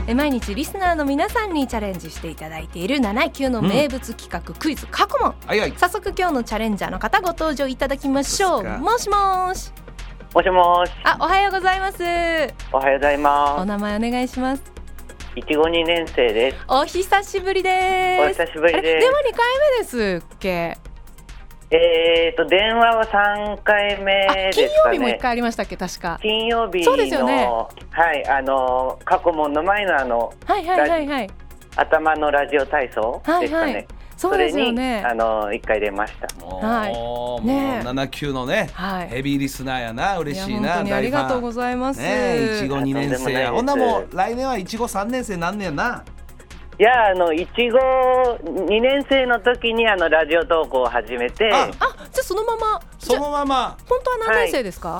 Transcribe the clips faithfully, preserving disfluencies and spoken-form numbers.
え毎日リスナーの皆さんにチャレンジしていただいているなな級の名物企画、うん、クイズ過去問、はいはい、早速今日のチャレンジャーの方ご登場いただきましょう。もしもーし。 もしもし。 あ、おはようございます。 おはようございます。 お名前お願いします。 いちごにねん生です。 お久しぶりです。 お久しぶりです。 電話にかいめですっけ。 えーと電話はさんかいめですかね。 金曜日もいっかいありましたっけ。確か金曜日の、 そうですよね。 はい、あの過去問の前のあの、 はいはいはいはい、 頭のラジオ体操ですかね、はいはい、 そうですよね。 それにあのいっかい出ました。 はい、 もう、ね、なな級のね、はい、ヘビーリスナーやな。嬉しいな。 いや本当にありがとうございます。 ね、いちごにねん生や。ほんなもう来年はいちごさんねん生なんねやな。 いや、あのいちごにねん生の時にあのラジオ投稿を始めて、 ああ、じゃあそのままそのまま本当は何年生ですか。 はい、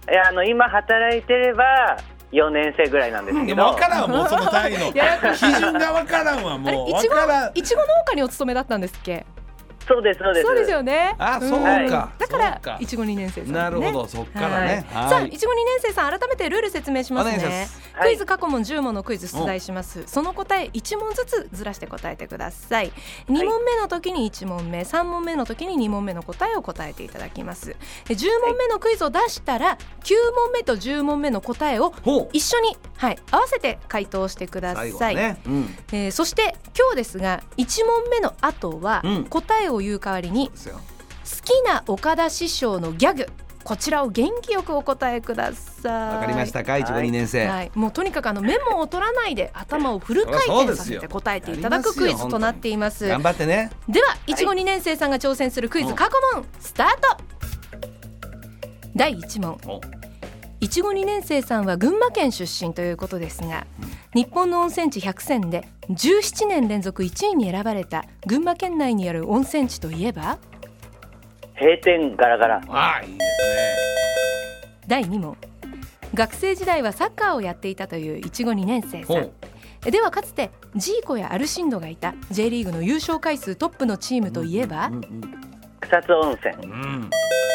いや、あの今働いてればよねん生ぐらいなんですけど、 分からん、もうその単位の基準が分からんわ。もういちごいちご農家にお勤めだったんですっけ。 そうですそうです。 そうですよね。 あ、そうか、うん、 だからいちごにねん生さん、ね、 なるほど、そっからね、 はいはい、さあいちごにねん生さん、改めてルール説明しますね。クイズ過去問じゅう問のクイズ出題します。その答えいち問ずつずらして答えてください。に問目の時にいち問目、さん問目の時にに問目の答えを答えていただきます。じゅう問目のクイズを出したらきゅう問目とじゅう問目の答えを一緒に、はい、合わせて回答してください、ね、うん、えー、そして今日ですがいち問目の後は答えを言う代わりに、うん、好きな岡田師匠のギャグ、こちらを元気よくお答えください。 わかりましたか、いちごにねん生、 はい、もうとにかくあのメモを取らないで頭をフル回転させて答えていただくクイズとなっています。 頑張ってね。 ではいちごにねん生さんが挑戦するクイズ過去問スタート。だいいち問、いちごにねん生さんは群馬県出身ということですが、日本の温泉地ひゃく選でじゅうななねん連続いちいに選ばれた群馬県内にある温泉地といえば。 閉店ガラガラ。 ああ、いいですね。 だいに問、学生時代はサッカーをやっていたといういちごにねん生さんでは、かつてジーコやアルシンドがいた J リーグの優勝回数トップのチームといえば。 うんうんうん、草津温泉、うん、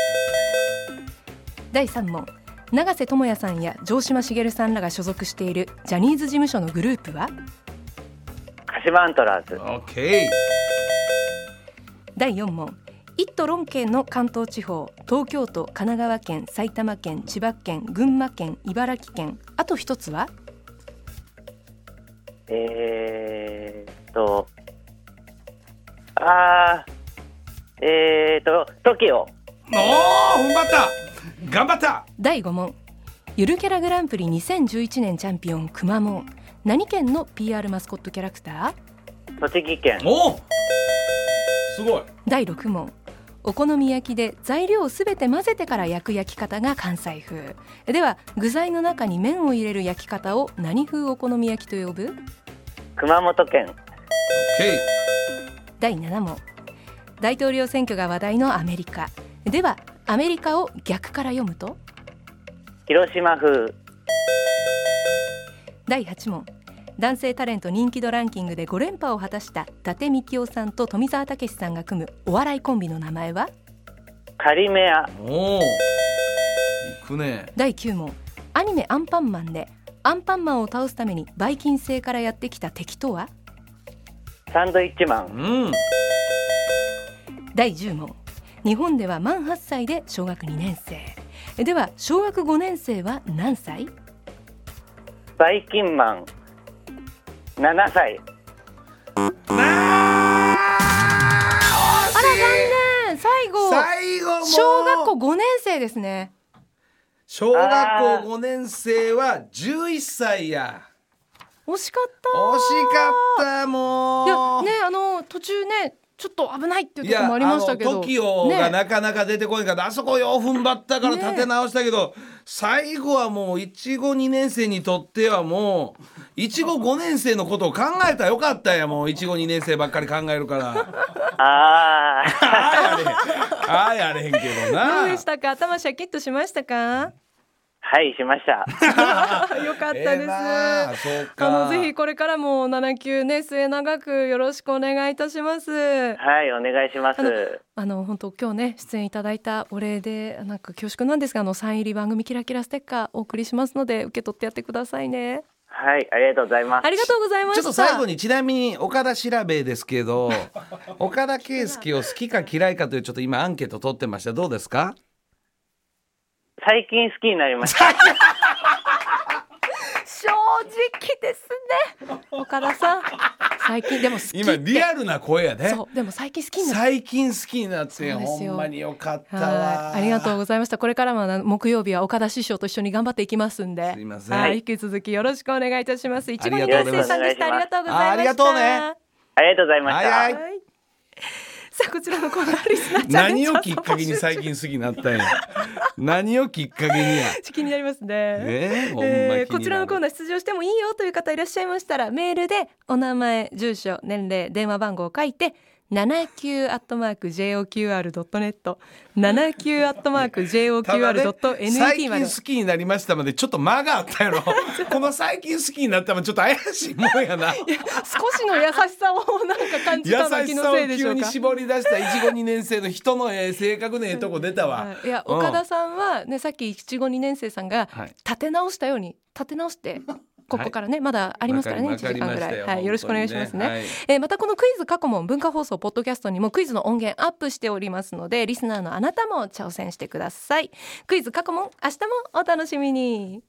だいさん問、永瀬智也さんや城島茂さんらが所属しているジャニーズ事務所のグループは。 鹿島アントラーズ。 オッケー。 だいよん問、いっ都ろっ県の関東地方、東京都、神奈川県、埼玉県、千葉県、群馬県、茨城県、あと一つは。 えーとあーえーと トキオ。 おー、頑張った、頑張った。 だいご問、ゆるキャラグランプリにせんじゅういちねんチャンピオンくまモン、何県の ピーアール マスコットキャラクター。 栃木県。 おー、すごい。 だいろく問、お好み焼きで材料をすべて混ぜてから焼く焼き方が関西風では、具材の中に麺を入れる焼き方を何風お好み焼きと呼ぶ。 熊本県。 OK。 だいなな問、大統領選挙が話題のアメリカでは、アメリカを逆から読むと。 広島風。 だいはち問、男性タレント人気度ランキングでご連覇を果たした伊達みきおさんと富澤たけしさんが組むお笑いコンビの名前は。 カリメア。 おー、いくね。 だいきゅう問、アニメアンパンマンでアンパンマンを倒すためにバイキン星からやってきた敵とは。 サンドイッチマン。 うん。 だいじゅう問、日本では満はっさいで小学にねん生では、小学ごねん生は何歳。 バイキンマンななさい。 あー、 あら残念、最後最後も小学校ごねん生ですね。 小学校ごねん生はじゅういっさいや。 惜しかった。 惜しかった。もういやね、あの途中ねちょっと危ないっていうところもありましたけど、 トキオがなかなか出てこないから、ね、あそこよう踏ん張ったから立て直したけど、ね、最後はもういちごにねん生にとってはもういちごごねん生のことを考えたらよかったや。もういちごにねん生ばっかり考えるからあーあーやれへん、あーやれへんけどな。 どうでしたか、頭シャキッとしましたか。 はいしましたよかったです、えー、そうか。 あのぜひこれからもなな級ね末永くよろしくお願いいたします。 はいお願いします。 あのあの本当今日ね出演いただいたお礼でなんか恐縮なんですが、あのサイン入り番組キラキラステッカーお送りしますので受け取ってやってくださいね。 はい、ありがとうございます。 ありがとうございました。 ちょっと最後にちなみに岡田調べですけど岡田圭佑を好きか嫌いかというちょっと今アンケート取ってました。どうですか？ 最近好きになりました正直ですね岡田さん、最近でも好きって今リアルな声やね。 そうでも最近好きになった。 最近好きになってほんまによかったわ。 ありがとうございました。これからも木曜日は岡田師匠と一緒に頑張っていきますんで、 すいません、 はい、引き続きよろしくお願いいたします。一番ありがとうございますさんでした。ありがとうございました。 ありがとうね。 ありがとうございました。 はいはい、 さあこちらのコーナーリスナーチャレンジ何をきっかけに最近好きになったんや何をきっかけにや気になりますね、 えーほんまえー、こちらのコーナー出場してもいいよという方いらっしゃいましたら、メールでお名前、住所、年齢、電話番号を書いてななきゅうアットマークジェイオーキューアールドットネット ななきゅうアットマークジェイオーキューアールドットネット 最近好きになりましたまでちょっと間があったやろこの最近好きになったのちょっと怪しいもんやな。いや少しの優しさをなんか感じたの気のせいでしょうか。 優しさを急に絞り出したいちごにねん生の人のええ性格のええとこ出たわ。 いや岡田さんはね、さっきいちごにねん生さんが立て直したように立て直してここからね、はい、まだありますからね、いちじかんぐらい、はい、よろしくお願いしますね、はい、えー、またこのクイズ過去問文化放送ポッドキャストにもクイズの音源アップしておりますので、リスナーのあなたも挑戦してください。クイズ過去問、明日もお楽しみに。